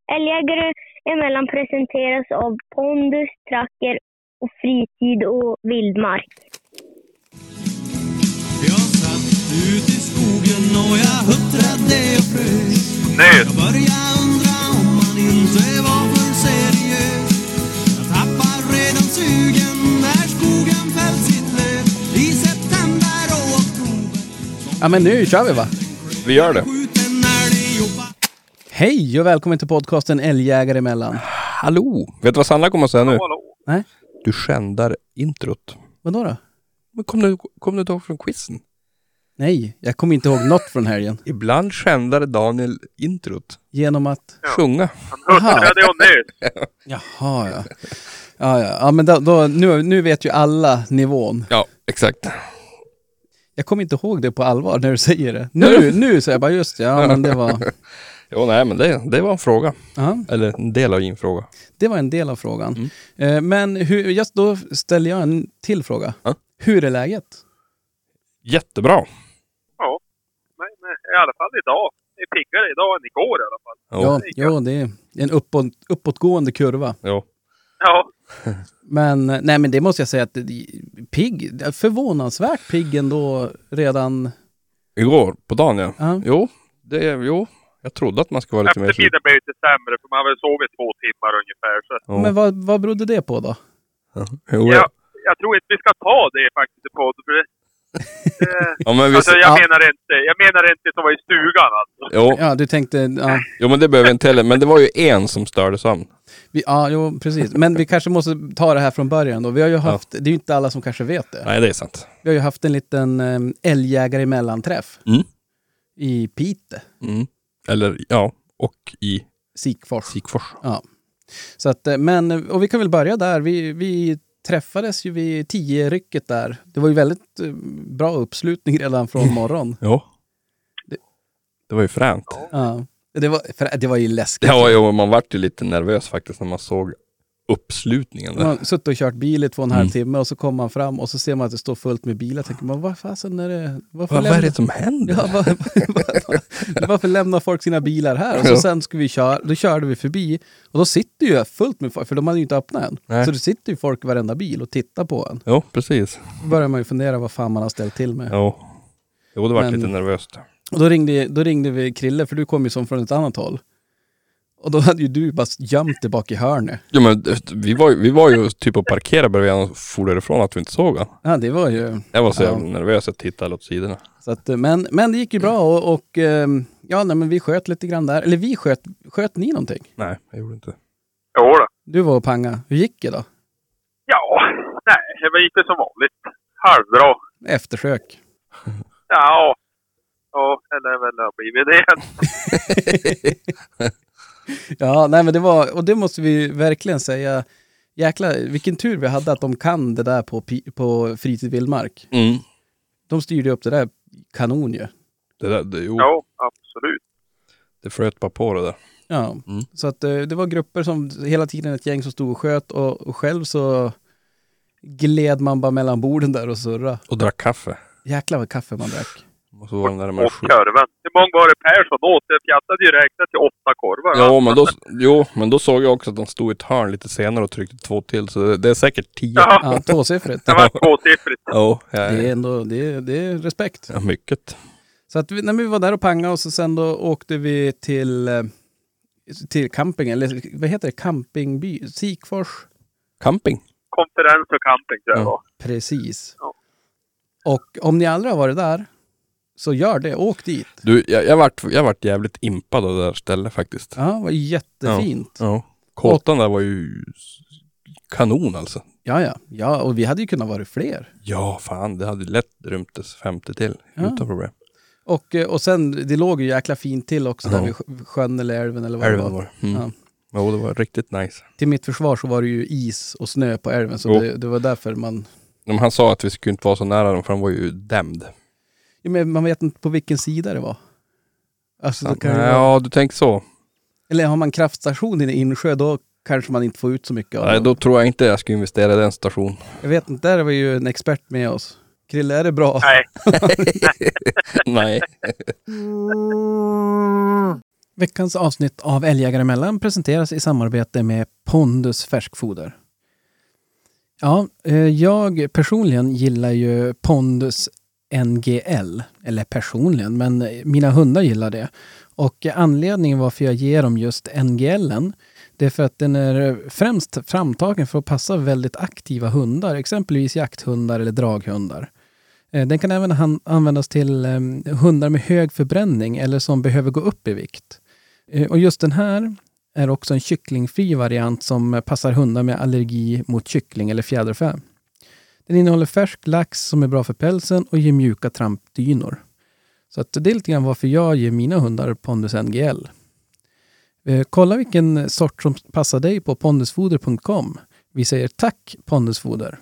Älgjägare emellan presenteras av Pondus, Tracker och Fritid och Vildmark. Jag satt ut i skogen och jag huttrade och frös. Jag började undra om man inte var för seriös. Jag tappar redan sugen när skogen fällt sitt löv i september och oktober. Ja, men nu kör vi, va? Vi gör det. Hej och välkommen till podcasten Älgjägare emellan. Hallå! Vet du vad Sanna kommer att säga nu? Hallå. Nej, Du skändar introt. vadå då? Men kom du ihåg från quizen? Nej, jag kommer inte ihåg något från helgen. Ibland skändade Daniel introt. Genom att... Sjunga. Han huttrade och nös. Jaha, ja. Ja, men då, nu vet ju alla nivån. Ja, exakt. Jag kommer inte ihåg det på allvar när du säger det. Nu så jag bara just ja, men det var... Jo, nej, men det var en fråga. Aha, Eller en del av din fråga. det var en del av frågan. Men just då ställer jag en till fråga. Ja. Hur är läget? Jättebra. Ja, men i alla fall idag. Det är piggare idag än igår i alla fall. Ja, det är en uppåtgående kurva. Ja. Ja, Men nej, men det måste jag säga att pigg, förvånansvärt pigg ändå redan. Igår på dagen, ja. Ja. Jo. Jag trodde att man skulle vara lite mer... eftermiddagen blev lite sämre för man har väl sovit 2 timmar ungefär. Så. Ja. Men vad berodde det på då? Jo, Jag tror inte vi ska ta det faktiskt i podden. För Ja, men alltså, jag menar inte som var i stugan alltså. Jo. Ja, du tänkte, ja. Jo, men det behöver inte heller. Men det var ju en som störde sömn. Jo, precis. Men vi kanske måste ta det här från början då. Vi har ju haft, det är ju inte alla som kanske vet det. Nej, det är sant. Vi har ju haft en liten älgjägare emellan-träff i Pite. Eller, ja, och i Sikfors. Ja. Så att, och vi kan väl börja där. Vi träffades ju vid 10-rycket där. Det var ju väldigt bra uppslutning redan från morgon. Jo. Det var ju fränt. Ja. Det var ju läskigt. Ja, jo, man vart ju lite nervös faktiskt när man såg uppslutningen där. Man suttit och kört bil i 2,5 timme och så kommer man fram och så ser man att det står fullt med bilar. Tänker man, vad fasen är det? Vad är det som händer? Ja, varför lämnar folk sina bilar här? Och så sen ska vi köra, då körde vi förbi och då sitter ju fullt med folk, för de hade ju inte öppnat än. Nej. Så det sitter ju folk i varenda bil och tittar på en. Jo, precis. Då börjar man ju fundera vad fan man har ställt till med. Jo, det var Men- lite nervöst. Och då ringde vi Krille, för du kom ju som från ett annat håll. Och då hade ju du bara gömt dig bak i hörnet. Jo, men vi var ju typ och parkerade bredvid och for därifrån att vi inte såg han. Ja, det var ju... Jag var så jävla nervös att titta åt sidorna. Så att, men det gick ju bra och men vi sköt lite grann där. Eller vi sköt ni någonting? Nej, jag gjorde inte. Jo då. Du var och panga. Hur gick det då? Ja, nej, det gick det som vanligt. Halvbra. Eftersök. Ja, eller väl har blivit det. Ja, nej men det var, och det måste vi verkligen säga, jäklar vilken tur vi hade att de kan det där på Fritid Vildmark. De styrde upp det där kanon ju. Ja, absolut. Det flöt bara på det där. Ja, så att det var grupper som hela tiden ett gäng som stod och sköt och själv så gled man bara mellan borden där och surra. Och drack kaffe. Jäklar vad kaffe man drack. Och så var den där Och korven. Hur många var det Persson åt? Jag hade ju räknat till 8 korvar. Men då såg jag också att de stod i ett hörn lite senare och tryckte 2 till. Så det är säkert 10. Ja, 2-siffrigt. Det var 2-siffrigt. Ja. Det är ändå, det är respekt. Ja, mycket. Så att när vi var där och pangade och så sen då åkte vi till camping, eller vad heter det? Campingby? Sikfors? Camping? Konferens och camping tror jag var. Precis. Ja. Och om ni aldrig har varit där så gör det, åk dit. Du, jag vart jävligt impad av det där stället faktiskt. Ja, det var jättefint. Ja. Kåtan där var ju kanon alltså. Ja, och vi hade ju kunnat vara fler. Ja, fan, det hade lätt rymtes 50 till utan problem. Och sen, det låg ju jäkla fint till också där vid sjön eller älven eller vad det var. Ja. Ja, det var riktigt nice. Till mitt försvar så var det ju is och snö på älven, så det var därför man... Men han sa att vi skulle inte vara så nära dem för han var ju dämd. Ja, men man vet inte på vilken sida det var. Alltså, Ja, du tänker så. Eller har man kraftstation i en insjö, då kanske man inte får ut så mycket av det. Nej, då tror jag inte jag skulle investera i den station. Jag vet inte, där var ju en expert med oss. Krille, är det bra? Nej. Nej. Veckans avsnitt av Älgjägare emellan presenteras i samarbete med Pondus färskfoder. Ja, jag personligen gillar ju Pondus NGL. Eller personligen, men mina hundar gillar det. Och anledningen varför jag ger dem just NGLen, det är för att den är främst framtagen för att passa väldigt aktiva hundar. Exempelvis jakthundar eller draghundar. Den kan även användas till hundar med hög förbränning eller som behöver gå upp i vikt. Och just den här är också en kycklingfri variant som passar hundar med allergi mot kyckling eller fjäderfä. Den innehåller färsk lax som är bra för pälsen och ger mjuka trampdynor. Så att det är lite grann varför jag ger mina hundar Pondus NGL. Kolla vilken sort som passar dig på pondusfoder.com. Vi säger tack Pondusfoder.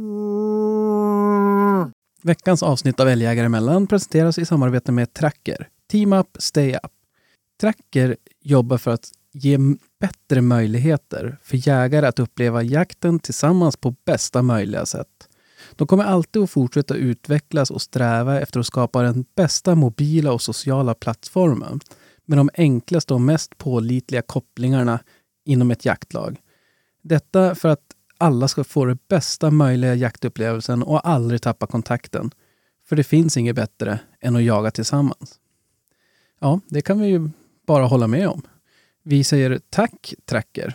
Veckans avsnitt av Älgjägare emellan presenteras i samarbete med Tracker. Team Up, Stay Up. Tracker jobbar för att ge bättre möjligheter för jägare att uppleva jakten tillsammans på bästa möjliga sätt. De kommer alltid att fortsätta utvecklas och sträva efter att skapa den bästa mobila och sociala plattformen med de enklaste och mest pålitliga kopplingarna inom ett jaktlag. Detta för att alla ska få det bästa möjliga jaktupplevelsen och aldrig tappa kontakten. För det finns inget bättre än att jaga tillsammans. Ja, det kan vi ju bara hålla med om. Vi säger tack Tracker.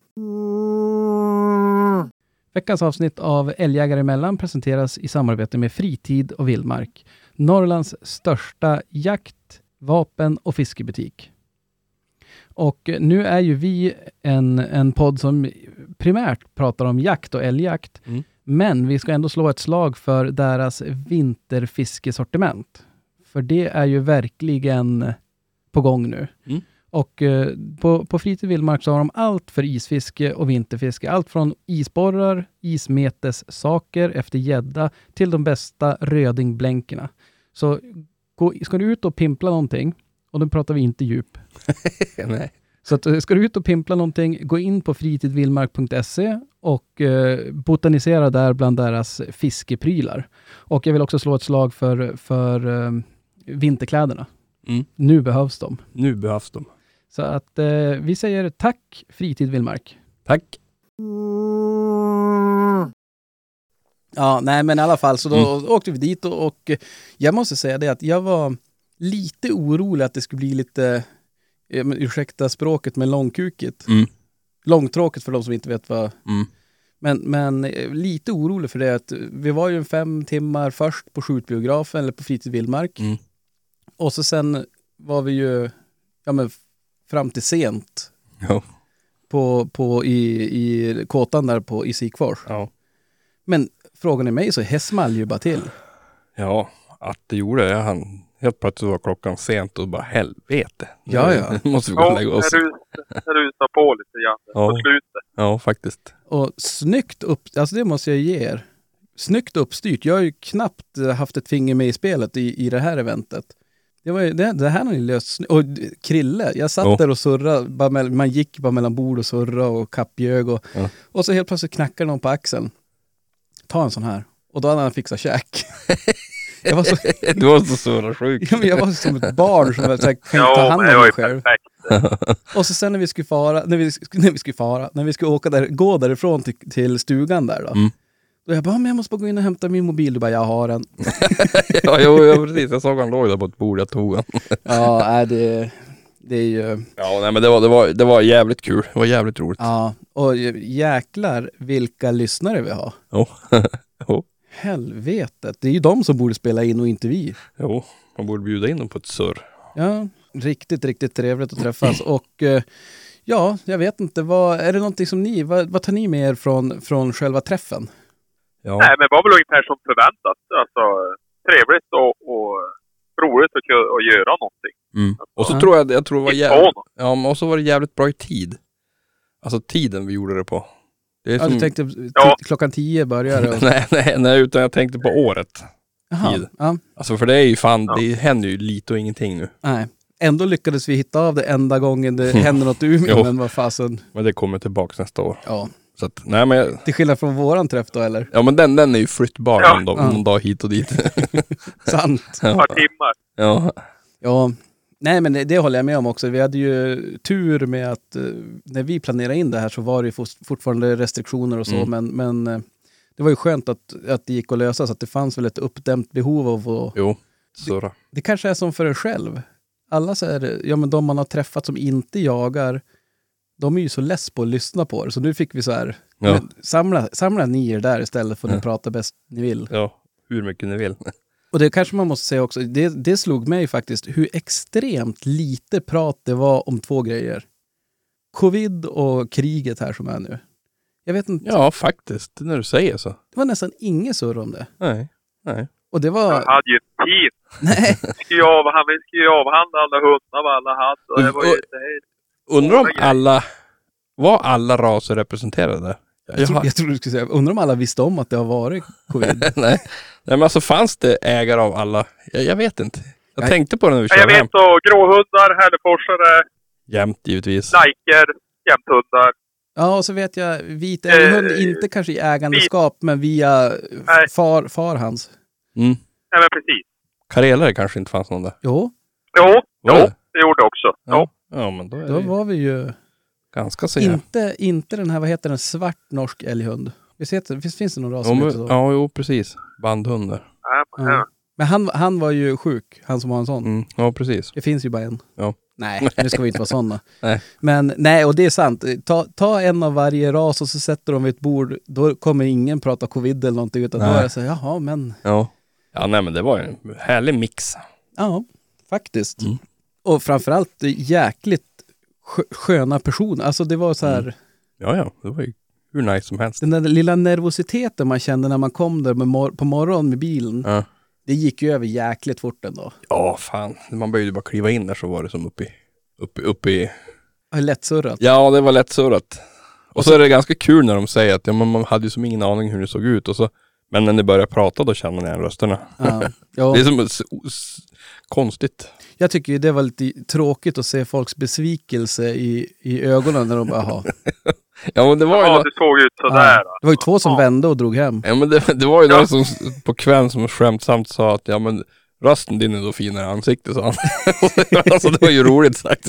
Veckans avsnitt av Älgjägare emellan presenteras i samarbete med Fritid och Vildmark. Norrlands största jakt-, vapen- och fiskebutik. Och nu är ju vi en podd som primärt pratar om jakt och älgjakt. Mm. Men vi ska ändå slå ett slag för deras vinterfiskesortiment. För det är ju verkligen på gång nu. Mm. Och på Fritid Vildmark så har de allt för isfiske och vinterfiske. Allt från isborrar, ismetessaker efter gädda till de bästa rödingblänkerna. Så ska du ut och pimpla någonting, och då pratar vi inte djup. Nej. Så att, ska du ut och pimpla någonting, gå in på fritidvildmark.se och botanisera där bland deras fiskeprylar. Och jag vill också slå ett slag för vinterkläderna. Mm. Nu behövs de. Nu behövs de. Så att vi säger tack Fritid Vildmark. Tack. Ja, nej men i alla fall så då åkte vi dit och jag måste säga det att jag var lite orolig att det skulle bli lite, ursäkta språket, men långkukigt. Mm. Långtråkigt för de som inte vet vad. Mm. Men lite orolig för det att vi var ju 5 timmar först på skjutbiografen eller på Fritid Vildmark. Mm. Och så sen var vi ju fram till sent i kåtan där i Sikfors. Ja. Men frågan är mig så häsmall ju bara till. Ja, att det gjorde det. Han helt plötsligt var klockan sent och bara helvete. Ja. Måste vi gå och lägga oss. När du står på lite grann på slutet. Ja, faktiskt. Och snyggt upp, alltså det måste jag ge er. Snyggt uppstyrt. Jag har ju knappt haft ett finger med i spelet i det här eventet. Det här har ni löst. Och Krille, jag satt där och surrade. Man gick bara mellan bord och surra och kappjög. Och så helt plötsligt knackade någon på axeln. Ta en sån här. Och då hade han fixat käk. Jag var så... Du var så surra sjuk. Ja, men jag var som ett barn som kan ta hand om mig själv. Och så sen när vi skulle gå därifrån till stugan där då. Mm. Då jag bara, men jag måste bara gå in och hämta min mobil. Du bara, jag har den. ja, precis. Jag såg han låg där på ett bord, jag tog den. Ja, det är ju... Ja, nej, men det var jävligt kul. Det var jävligt roligt. Ja, och jäklar vilka lyssnare vi har. Jo. Helvetet. Det är ju de som borde spela in och inte vi. Jo, man borde bjuda in dem på ett surr. Ja, riktigt, riktigt trevligt att träffas. Och ja, jag vet inte. Är det någonting som vad tar ni med er från själva träffen? Ja. Nej, men det var väl ungefär som förväntat. Alltså, trevligt och roligt att göra någonting. Mm. Alltså, och så tror jag det var jävligt... Ja, men också var det jävligt bra i tid. Alltså tiden vi gjorde det på. Det är som... du tänkte klockan 10 började och... nej, utan jag tänkte på året. Jaha, tid. Ja. Alltså för det är ju fan, det händer ju lite och ingenting nu. Nej. Ändå lyckades vi hitta av det enda gången det händer något i Umeå, men vad fasen. Men det kommer tillbaka nästa år. Ja. Så att, nej, men... Till skillnad från våran träff då, eller? Ja, men den är ju flyttbar någon dag hit och dit. Sant. Ett par timmar. Ja, Nej, men det håller jag med om också. Vi hade ju tur med att när vi planerade in det här så var det ju fortfarande restriktioner och så. Men det var ju skönt att det gick att lösa, så att det fanns väl ett uppdämt behov av att... Jo, så det kanske är som för en själv. Alla så är ja, men de man har träffat som inte jagar, de är ju så less på att lyssna på det. Så nu fick vi så här, men, samla ni er där istället för att ni pratar bäst ni vill. Ja, hur mycket ni vill. Och det kanske man måste säga också, det slog mig faktiskt hur extremt lite prat det var om 2 grejer. Covid och kriget här som är nu. Jag vet inte. Ja, faktiskt, när du säger så. Det var nästan inget surr om det. Nej. Och det var... Jag hade ju tid. Nej. Vi skulle ju avhandla alla hundar vad alla hade. Och det var ju undrar om var alla raser representerade? Jag tror du skulle säga, undrar om alla visste om att det har varit covid. Nej, men alltså fanns det ägare av alla? Jag vet inte. Jag tänkte på det när vi körde hem. Jag vet då, gråhundar, härdeforsare. Jämt givetvis. Liker, jämthundar. Ja, och så vet jag, vit älghund, inte kanske i ägandeskap, men via far hans. Nej, men precis. Karelare kanske inte fanns någon där. Jo, det gjorde också. Ja, men då var vi ju... Ganska säga. Inte den här, vad heter den, svart norsk älghund. Finns det någon ras som heter så? Ja, jo, precis. Bandhundar. Ja. Men han var ju sjuk, han som var en sån. Ja, precis. Det finns ju bara en. Ja. Nej, nu ska vi inte vara sådana. Nej. Men nej, och det är sant. Ta en av varje ras och så sätter de vid ett bord. Då kommer ingen prata covid eller någonting, utan då är det så, jaha, men... Ja, nej, men det var en härlig mix. Ja, faktiskt. Och framförallt jäkligt sköna personer. Alltså det var så här... Ja, det var ju hur nice som helst. Den där lilla nervositeten man kände när man kom där på morgonen med bilen. Ja. Det gick ju över jäkligt fort ändå. Ja, fan. Man började bara kliva in där så var det som uppe i... Lättsurrat. Ja, det var lättsurrat. Och så är det ganska kul när de säger att man hade ju som ingen aning hur det såg ut. Och så, men när ni börjar prata då känner ni igen rösterna. Ja. Det är som konstigt. Jag tycker ju det var lite tråkigt att se folks besvikelse i ögonen när de bara Ja, men det var det såg ut sådär. Det var ju 2 som vände och drog hem. Ja, men det var ju någon som på kvällen som skämtsamt sa att ja, men rösten din är då finare i ansiktet, sa han. Alltså det var ju roligt sagt.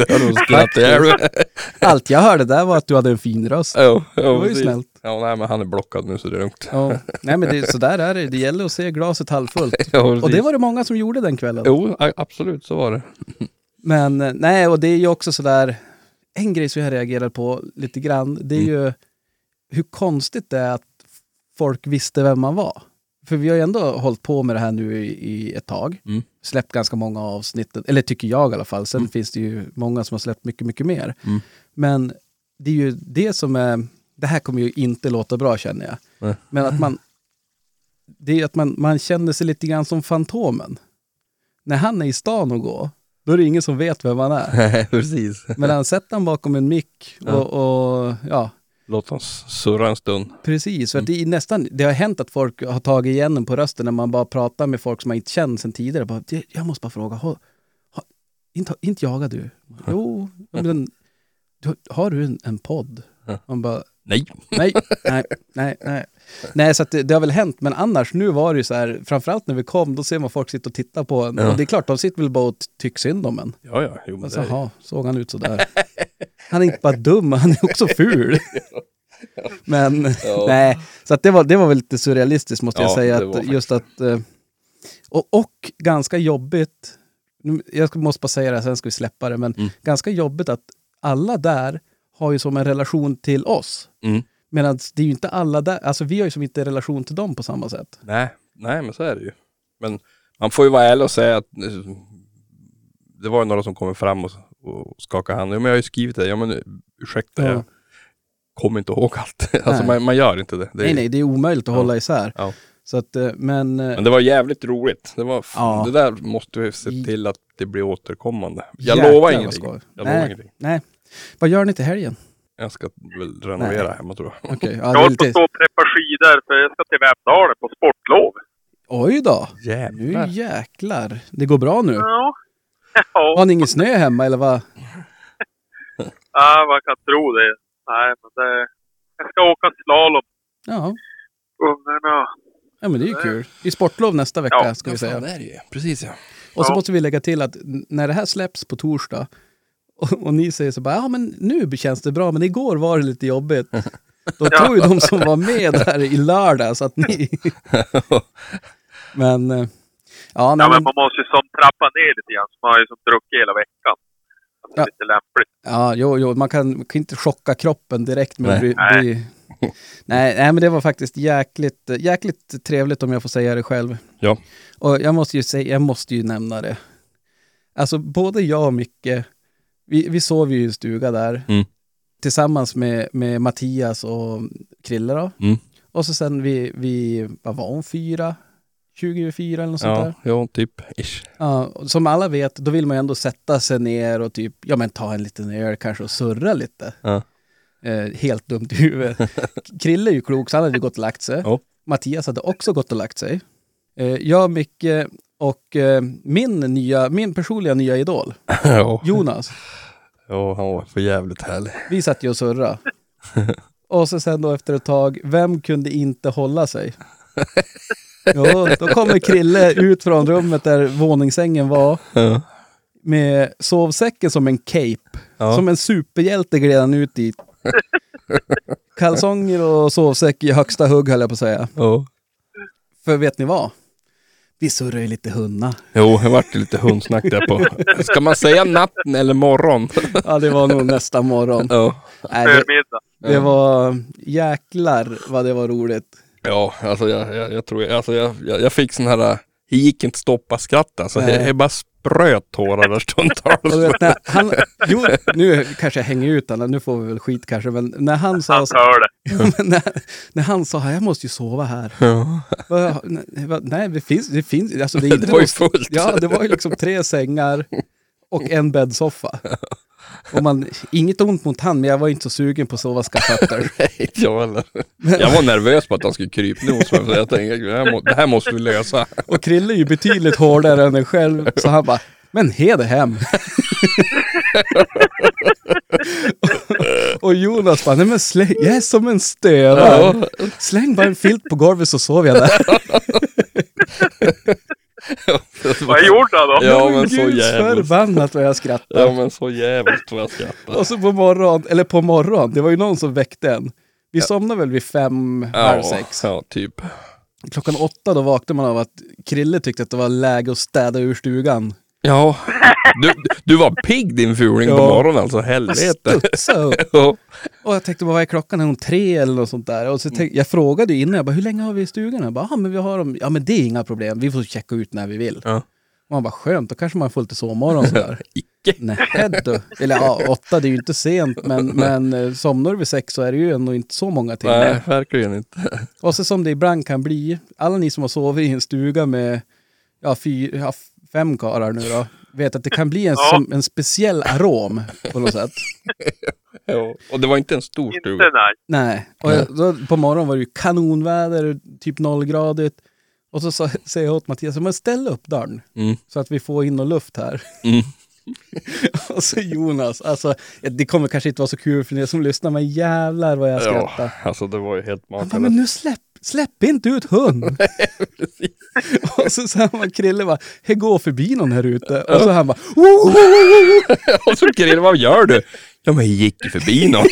Allt jag hörde där var att du hade en fin röst. Ja, det var ju snällt. Ja, nej, men han är blockad nu så det är lugnt. Ja. Nej, men så där är det. Det gäller att se glaset halvfullt. Ja, och det var det många som gjorde den kvällen. Jo, absolut, så var det. Men nej, och det är ju också sådär, en grej som jag reagerar på lite grann, det är ju hur konstigt det är att folk visste vem man var. För vi har ju ändå hållit på med det här nu i ett tag. Släppt ganska många avsnitt, eller tycker jag i alla fall. Sen finns det ju många som har släppt mycket, mycket mer. Men det är ju det som är, det här kommer ju inte låta bra, känner jag. Men att det är att man känner sig lite grann som Fantomen. När han är i stan och går, då är det ingen som vet vem man är. Precis. Men han sätter han bakom en mick och låt oss surra en stund. Precis, för att det har hänt att folk har tagit igen en på rösten när man bara pratar med folk som man inte känner sedan tidigare. Jag måste bara fråga, inte jagar du? Jo, men har du en podd? Man bara, Nej, så att det har väl hänt, men annars nu var det ju så här, framförallt när vi kom, då ser man folk sitta och titta på en. Och det är klart, de sitter väl bara och tycker synd om en. Ja, jo, men alltså, såg han ut så där. Han är inte bara dum, han är också ful. Men nej, så att det var väl lite surrealistiskt, måste jag säga, att just att och ganska jobbigt. Jag måste bara säga det här, sen ska vi släppa det, men ganska jobbigt att alla där har ju som en relation till oss. Medan det är ju inte alla där, alltså vi har ju som inte relation till dem på samma sätt. Nej, men så är det ju. Men man får ju vara ärlig och säga att det var ju några som kommer fram och skakade hand. Men jag har ju skrivit det, men ursäkta, jag kommer inte ihåg allt. Alltså man gör inte det. Nej, det är omöjligt att hålla isär. Ja. Så att, men det var jävligt roligt. Det där måste vi se till att det blir återkommande. Jag lovar ingenting. Nej. Vad gör ni till helgen? Jag ska väl renovera hemma, tror jag. Okay. Jag ska stå och preppa skidor för jag ska till Vemdalen på sportlov. Oj då! Jävlar. Nu jäklar. Det går bra nu? Ja. Har ni ingen snö hemma eller vad? Ja, man kan tro det. Nej, men jag ska åka slalom. Ja. Ungarna Ja, men det är ju kul. I sportlov nästa vecka ska vi säga. Det är det ju. Precis, ja. Och så måste vi lägga till att när det här släpps på torsdag och ni säger så bara, ja men nu känns det bra, men igår var det lite jobbigt. Då tror ju de som var med där i lördag så att ni... men... men man måste ju trappa ner lite grann. Så man har ju druckit hela veckan. Det är lite lämpligt. Ja, jo, man kan inte chocka kroppen direkt med Nej, men det var faktiskt jäkligt trevligt om jag får säga det själv. Ja. Och jag måste ju nämna det. Alltså både jag och Micke, vi sov ju i en stuga där tillsammans med Mattias och Krille då. Och så sen vi vad var hon, 24 eller något sånt där. Ja, typ ish. Ja, som alla vet, då vill man ändå sätta sig ner och typ, ta en liten öl kanske och surra lite. Ja. Helt dumt i huvudet. Krille är ju klok, så han hade gått och lagt sig. Oh. Mattias hade också gått och lagt sig. Jag, Micke och min personliga nya idol, Jonas. Ja, han var för jävligt härlig. Vi satt ju och surra. Och så sen då efter ett tag, vem kunde inte hålla sig? Jo, då kommer Krille ut från rummet där våningssängen var. Med sovsäcken som en cape. Som en superhjälte gled han ut dit. Kalsonger och sovsäck i högsta hugg, höll jag på att säga. För vet ni vad? Vi surrar ju lite hunna. Jo, det vart lite hundsnack där på. Ska man säga natten eller morgon? Ja, det var nog nästa morgon. Nej, det var jäklar vad det var roligt. Ja, alltså jag tror, alltså jag fick sån här, det gick inte stoppa skratta, alltså jag bara spröt tårar där stundtals. Nu kanske jag hänger ut den, nu får vi väl skit kanske, men när han sa när han sa, jag måste ju sova här. Nej, det finns alltså det var ju fullt. Ja, det var ju liksom 3 sängar och en bäddsoffa. Och inget ont mot han, men jag var inte så sugen på att sova skaffötter. Jag var nervös på att han skulle krypa ner hos mig, så jag tänkte, det här måste vi lösa. Och Krille är ju betydligt hårdare än en själv, så han bara, men heder hem. Och Jonas bara, nej men jag är som en stövare. Släng bara en filt på golvet så sov jag där. Vad gjorde han då? Ja, men så jävligt förbannat vad jag skrattade. Ja, men så jävligt vad jag skrattade. Och så på morgon, det var ju någon som väckte en. Vi somnade väl vid 5:30. Ja, typ. 8:00 då vaknade man av att Krille tyckte att det var läge att städa ur stugan. Ja, du var pigg din fuling på morgonen, alltså helvete. Och jag tänkte, vad är klockan? Är hon 3 eller något sånt där? Och så jag frågade ju innan, jag bara, hur länge har vi i stugan? Jag bara, men vi har dem. Ja, men det är inga problem. Vi får checka ut när vi vill. Ja. Och man bara, skönt, då kanske man får lite sovmorgon sådär. Icke. Nej, då. Eller 8, det är ju inte sent, men somnar vid 6 så är det ju ändå inte så många timmar. Nej, verkligen inte. Och så som det ibland kan bli, alla ni som har sovit i en stuga med 5 karar nu då, vet att det kan bli som en speciell arom på något sätt. Ja, och det var inte en stor stuga. Nej. Och då, på morgonen var det ju kanonväder, typ 0-gradigt. Och så säger jag åt Mattias, men ställ upp dörren så att vi får in och luft här. Och så Jonas, alltså det kommer kanske inte vara så kul för er som lyssnar, men jävlar vad jag skrattar. Ja, alltså det var ju helt makalöst. Men nu släpp inte ut hund. Och så sa man, Krille bara, gå förbi någon här ute. Och så han bara, och så Krille, vad gör du? Ja, men jag gick ju förbi någon.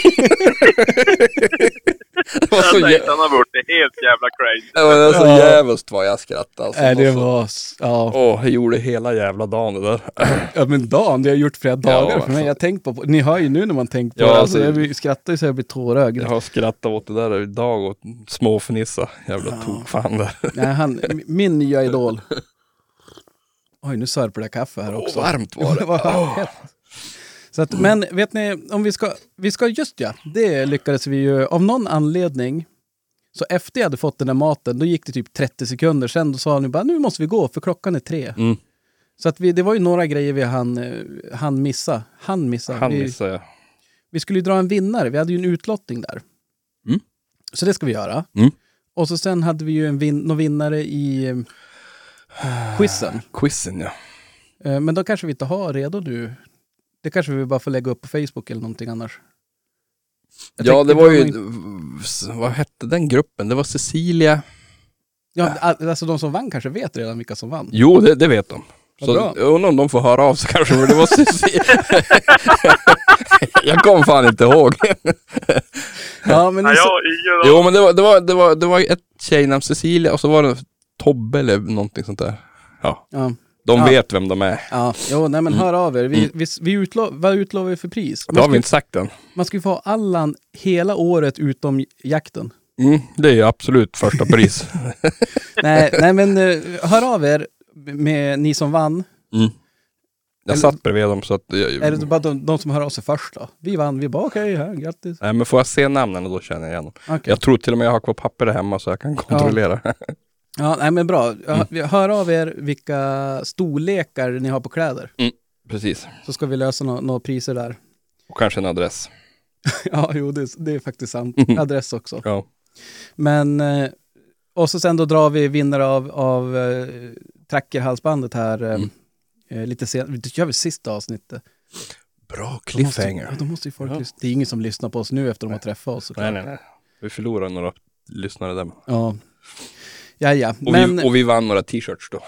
Det var så han har varit helt jävla crazy. Det var så jävligt vad jag skrattade. Alltså. Det var, jag gjorde hela jävla dagen det där. Ja, men dagen, det har jag gjort flera dagar för mig. Jag tänkt på, ni hör ju nu när man tänker på alltså, jag skrattar ju så jag blir tårögd. Jag har skrattat åt det där idag och småfnissa. Jävla tokfan där. Nej, min nya idol. Oj, nu sör på det kaffe här också. Varmt var det. Var så att, men vet ni, om vi ska just det lyckades vi ju av någon anledning. Så efter jag hade fått den där maten, då gick det typ 30 sekunder sen, då sa ni bara, nu måste vi gå för klockan är 3. Så att det var ju några grejer vi hann missa. Ja. Vi skulle ju dra en vinnare, vi hade ju en utlottning där. Så det ska vi göra. Och så sen hade vi ju någon vinnare i quizen. Quizen, ja. Men då kanske vi inte har redo nu. Det kanske vi bara får lägga upp på Facebook eller någonting annars. Det var ju... Vad hette den gruppen? Det var Cecilia... Ja, alltså de som vann kanske vet redan vilka som vann. Jo, det vet de. Så bra. om de får höra av sig kanske, men det var jag kom fan inte ihåg. Ja, men jo, men det var ett tjejnamn Cecilia och så var det Tobbe eller någonting sånt där. Ja. De vet vem de är. Ja, jo, nej men hör av er. Vad utlovar vi för pris? Det har vi inte sagt än. Man ska ju få Allan hela året utom jakten. Det är ju absolut första pris. nej, men hör av er med ni som vann. Jag satt bredvid dem så att... Är det bara de som hör av sig först då? Vi vann, vi bara okej, här, grattis. Nej, men får jag se namnen och då känner jag igen dem. Okay. Jag tror till och med jag har kvar papper hemma så jag kan kontrollera. Ja, nej men bra. Hör av er vilka storlekar ni har på kläder. Precis. Så ska vi lösa några priser där. Och kanske en adress. Ja, jo, det är faktiskt sant. Adress också. Ja. Men, och så sen då drar vi vinnare av trackerhalsbandet här lite senare. Det gör vi sista avsnittet. Bra cliffhanger. Då måste ju folk lyssna. Det är ingen som lyssnar på oss nu efter de har träffat oss. Nej. Vi förlorar några lyssnare där. Ja. Ja. Och vi vann några t-shirts då.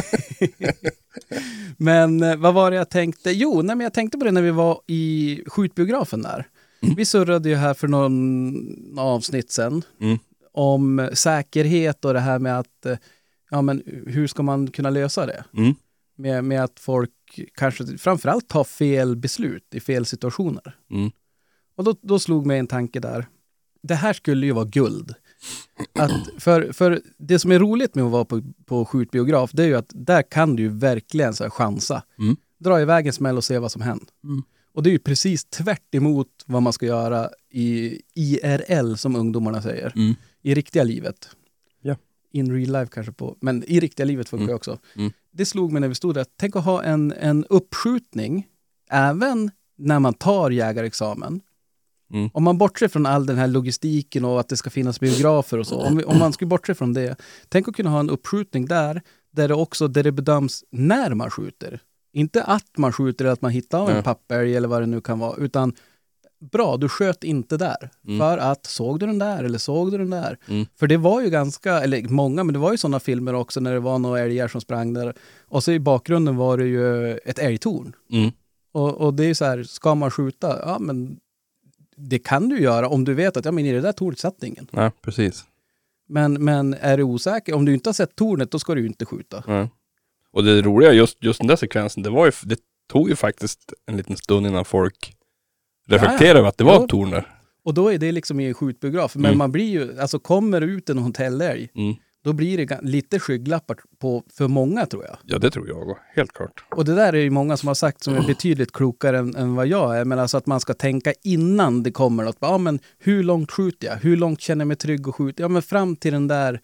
Men vad var det jag tänkte? Jo, men jag tänkte på det när vi var i skjutbiografen där. Vi surrade ju här för någon avsnitt sen om säkerhet och det här med att men hur ska man kunna lösa det? Med att folk kanske framförallt tar fel beslut i fel situationer. Och då slog mig en tanke där. Det här skulle ju vara guld. Att för det som är roligt med att vara på skjutbiograf, det är ju att där kan du ju verkligen så här chansa. Dra iväg en smäll och se vad som händer. Och det är ju precis tvärt emot vad man ska göra i IRL som ungdomarna säger. I riktiga livet. In real life kanske men i riktiga livet funkar också. Det slog mig när vi stod där. Tänk att ha en uppskjutning även när man tar jägarexamen. Om man bortser från all den här logistiken och att det ska finnas biografer och så. Om man skulle bortse från det. Tänk att kunna ha en uppskjutning där det bedöms när man skjuter. Inte att man skjuter eller att man hittar av en papper eller vad det nu kan vara. Utan bra, du sköt inte där. För att, såg du den där eller såg du den där? För det var ju eller många, men det var ju sådana filmer också när det var några älgar som sprang där. Och så i bakgrunden var det ju ett älgtorn. Och det är så här, ska man skjuta? Ja, men det kan du göra om du vet att i det där tornet satt ingen. Nej, precis. Men är du osäker, om du inte har sett tornet, då ska du inte skjuta. Och det roliga, just den där sekvensen, det tog ju faktiskt en liten stund innan folk reflekterade över att det var ett torn där. Och då är det liksom i en skjutbiograf. Men man blir ju, alltså kommer ut en hotellälg, då blir det lite skygglappar för många, tror jag. Ja, det tror jag, helt klart. Och det där är ju många som har sagt som är betydligt klokare än vad jag är. Men alltså att man ska tänka innan det kommer något. Men hur långt skjuter jag? Hur långt känner jag mig trygg att skjuta? Ja, men fram till den där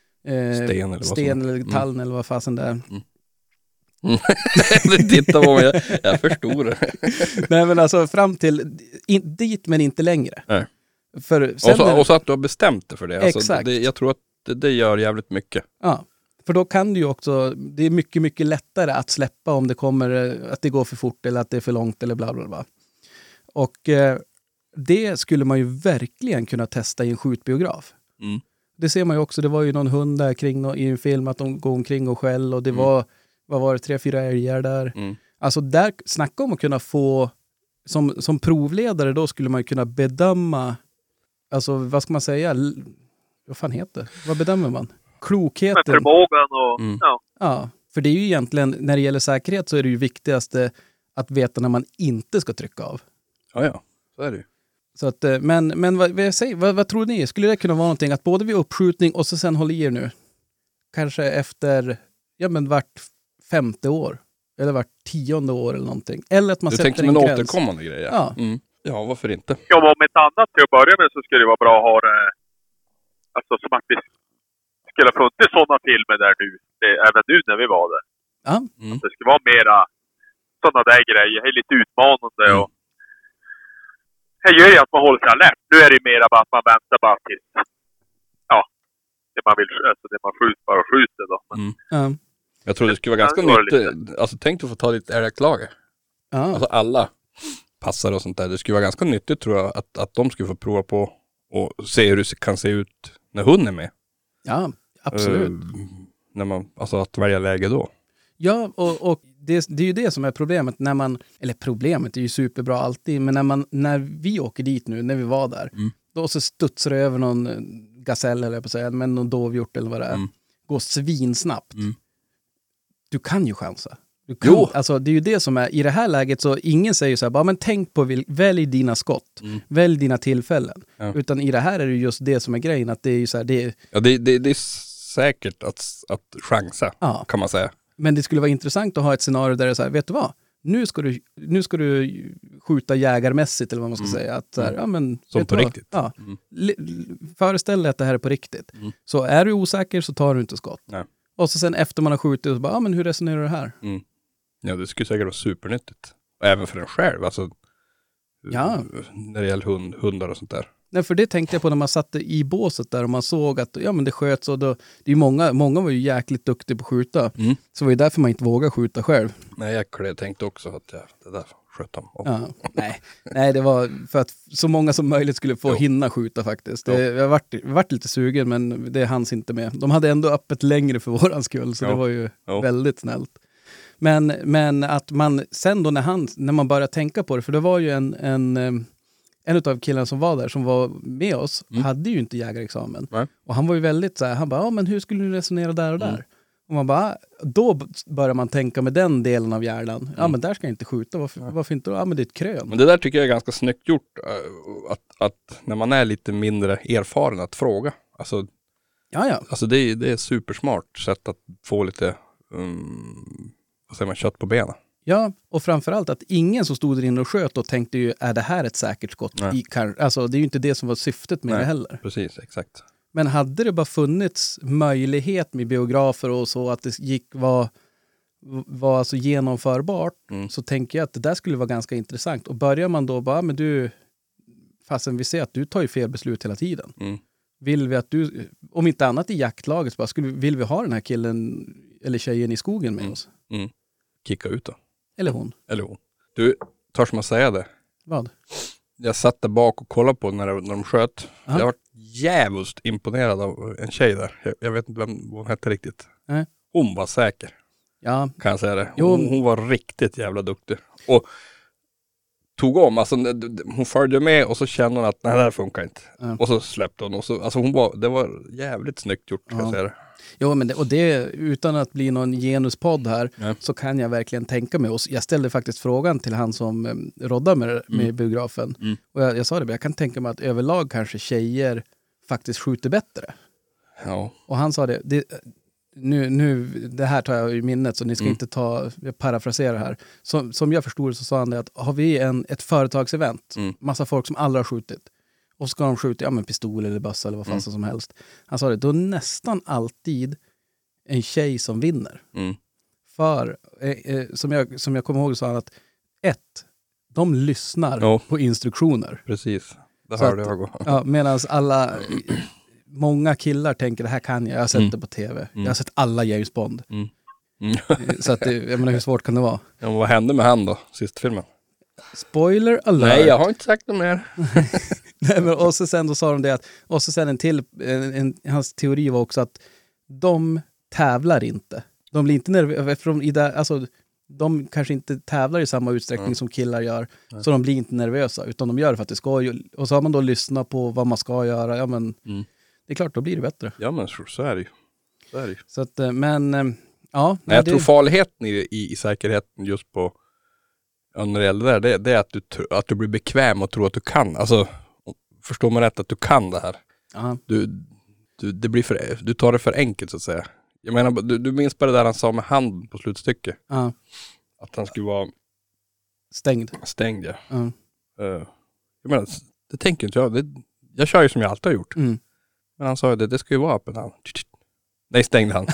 sten eller tallen eller vad fasen det är. Titta på mig, jag förstår det. Nej, men alltså fram till dit men inte längre. Nej. För och så att du har bestämt det för det. Alltså, exakt. Jag tror att det gör jävligt mycket. Ja, för då kan du ju också, det är mycket, mycket lättare att släppa om det kommer, att det går för fort eller att det är för långt eller bla bla bla. Och det skulle man ju verkligen kunna testa i en skjutbiograf. Det ser man ju också, det var ju någon hund där i en film att de går omkring och skäll och det var, vad var det, 3-4 älgar där. Alltså där, snacka om att kunna få, som provledare då skulle man ju kunna bedöma, alltså vad ska man säga, vad fan heter det? Vad bedömer man? Klokheten. Med förmågan och Ja, för det är ju egentligen, när det gäller säkerhet så är det ju viktigaste att veta när man inte ska trycka av. Ja, så är det ju. Så att, men vad tror ni? Skulle det kunna vara någonting att både vid uppskjutning och så sen håll i er nu? Kanske efter, vart 5:e år. Eller vart 10:e år eller någonting. Eller att man sätter en gräns. Du tänker som en återkommande grej? Ja. Ja, varför inte? Ja, om ett annat till att börja med så skulle det vara bra att ha det, alltså som att vi skulle ha funnit sådana filmer där nu, även nu när vi var där. Ja. Att det skulle vara mera sådana där grejer, det är lite utmanande och det gör ju att man håller sig alert. Nu är det mera bara att man väntar bara till det man vill, alltså det man skjuter då. Jag tror det skulle vara ganska nyttigt. Alltså tänk att få ta ditt älglager. Alltså alla passar och sånt där. Det skulle vara ganska nyttigt tror jag att de skulle få prova på och se hur det kan se ut när hunden är med. Ja, Absolut. När man, alltså att välja läge då. Ja, och det är ju det som är problemet när man, eller problemet är ju superbra alltid, men när vi åker dit nu, när vi var där, då så studsar det över någon gasell eller på att säga, men någon dovhjort eller vad det är. Går svinsnabbt. Du kan ju chansa. Alltså, det är ju det som är, i det här läget så ingen säger så här, bara men tänk på, välj dina skott. Välj dina tillfällen. Ja. Utan i det här är det just det som är grejen, att det är ju så här, det är säkert att chansa, kan man säga. Men det skulle vara intressant att ha ett scenario där det är så här, vet du vad? Nu ska du skjuta jägarmässigt eller vad man ska säga. Att, så här, ja, men, som på riktigt. Ja. Föreställ dig att det här är på riktigt. Så är du osäker så tar du inte skott. Nej. Och så sen efter man har skjutit så bara, ja men hur resonerar du här? Ja, det skulle säkert vara supernyttigt. Och även för en själv, alltså. Ja. När det gäller hundar och sånt där. Nej, för det tänkte jag på när man satt i båset där och man såg att ja, men det sköts och då, det är många var ju jäkligt duktiga på att skjuta. Så var det därför man inte vågar skjuta själv. Nej, jag tänkte också att det där sköt de. Ja, nej, det var för att så många som möjligt skulle få hinna skjuta faktiskt. Jag varit lite sugen, men det hanns inte med. De hade ändå öppet längre för våran skull, så det var ju väldigt snällt. Men att man sen då när man börjar tänka på det, för det var ju en av killarna som var där, som var med oss, hade ju inte jägarexamen. Nej. Och han var ju väldigt så här, han bara, ja men hur skulle du resonera där och där? Och man bara, då börjar man tänka med den delen av hjärnan. Ja men där ska jag inte skjuta, varför inte då? Ja men det är ett krön. Men det där tycker jag är ganska snyggt gjort, att när man är lite mindre erfaren att fråga. Alltså, alltså det är supersmart sätt att få lite vad säger man, kött på benen. Ja, och framförallt att ingen som stod där inne och sköt och tänkte ju, är det här ett säkert skott? Alltså det är ju inte det som var syftet med det heller. Precis, exakt. Men hade det bara funnits möjlighet med biografer och så, att det var alltså genomförbart, så tänker jag att det där skulle vara ganska intressant. Och börjar man då bara, men du, fastän vi ser att du tar ju fel beslut hela tiden. Vill vi att du, om inte annat i jaktlaget, så bara, vill vi ha den här killen eller tjejen i skogen med oss? Kicka ut då. Eller hon. Du, törs man säga det? Vad? Jag satt där bak och kollade på när de sköt. Aha. Jag var jävligt imponerad av en tjej där. Jag vet inte vad hon hette riktigt. Nej. Hon var säker. Ja. Kan jag säga det. Hon var riktigt jävla duktig. Och tog om. Alltså, hon följde med och så kände hon att nej, det här funkar inte. Och så släppte hon. Och så, alltså, det var jävligt snyggt gjort, kan jag säga det. Jo, men det utan att bli någon genuspodd här, så kan jag verkligen tänka mig. Och jag ställde faktiskt frågan till han som roddar med biografen. Och jag sa det, jag kan tänka mig att överlag kanske tjejer faktiskt skjuter bättre. Ja. Och han sa det det här tar jag i minnet, så ni ska inte jag parafraserar här. Som jag förstod det, så sa han det, att har vi ett företagsevent, massa folk som aldrig har skjutit, och ska de skjuta pistol eller bössa eller vad fan som helst. Han sa det, då är nästan alltid en tjej som vinner. För, som jag kommer ihåg, sa han att de lyssnar på instruktioner. Precis, det hörde jag. Ja, medan många killar tänker, det här kan jag har sett det på tv. Jag har sett alla James Bond. Så att jag menar, hur svårt kan det vara? Ja, vad hände med han då, sista filmen? Spoiler alert. Nej, jag har inte sagt något mer. Nej, men och så sen då sa de det att, och så sen hans teori var också att de tävlar inte. De blir inte nervösa, alltså de kanske inte tävlar i samma utsträckning som killar gör, så de blir inte nervösa, utan de gör det för att det ska ju, och så har man då lyssnat på vad man ska göra, ja men det är klart, då blir det bättre. Ja men så är det ju. Så att, men ja. Nej, jag tror farligheten i säkerheten just på när det gäller det är att du blir bekväm och tror att du kan. Alltså, förstår man rätt att du kan det här. Det blir du tar det för enkelt, så att säga. Jag menar, du minns bara det där han sa med handen på slutstycket. Att han skulle vara stängd, ja. Jag menar, det tänker inte jag. Jag kör ju som jag alltid har gjort. Men han sa ju det ska ju vara öppen hand. Nej, stängde han.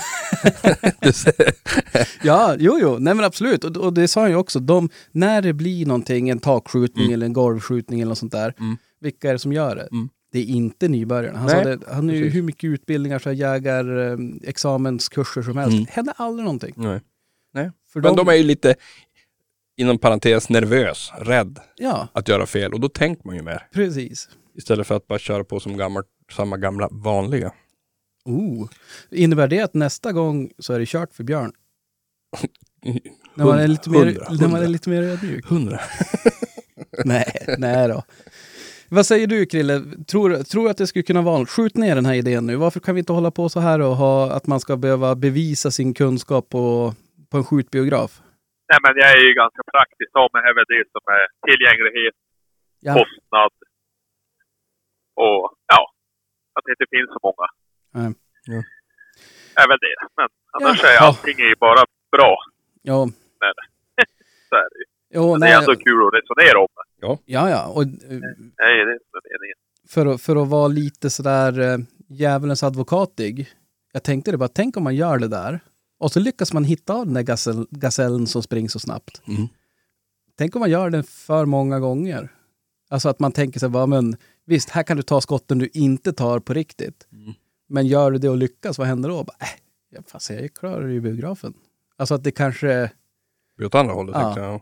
Ja, jo. Nej men absolut. Och det sa han ju också. När det blir någonting, en takskjutning eller en golvskjutning eller något sånt där. Vilka är det som gör det? Det är inte nybörjarna. Han har ju hur mycket utbildningar, så jägar, examenskurser som helst. Det händer aldrig någonting. Nej. Men de är ju lite, inom parentes, nervös, rädd att göra fel. Och då tänker man ju mer. Precis. Istället för att bara köra på som samma gamla vanliga. Innebär det att nästa gång så är det kört för björn? När man är lite mer, 100. När man är lite mer ödmjuk. 100. nej då. Vad säger du, Krille? Tror att det skulle kunna vara... Skjut ner den här idén nu. Varför kan vi inte hålla på så här och ha att man ska behöva bevisa sin kunskap på en skjutbiograf? Nej, men jag är ju ganska praktisk. Ja, men här är det som är tillgänglighet, kostnad och att det inte finns så många. Ja. Är väl det. Men annars är allting ju bara bra. Ja. Men, så är det ju. Jo, det är ändå kul att resonera om det. Ja. Och, nej, det är inte meningen. För att vara lite sådär djävulens advokatig. Jag tänkte det bara, tänk om man gör det där. Och så lyckas man hitta den där gasellen som springer så snabbt. Mm. Tänk om man gör det för många gånger. Alltså att man tänker sig, men visst, här kan du ta skotten du inte tar på riktigt. Mm. Men gör du det och lyckas, vad händer då? Jag klarar ju biografen. Alltså att det kanske... Åt andra hållet, tänkte jag.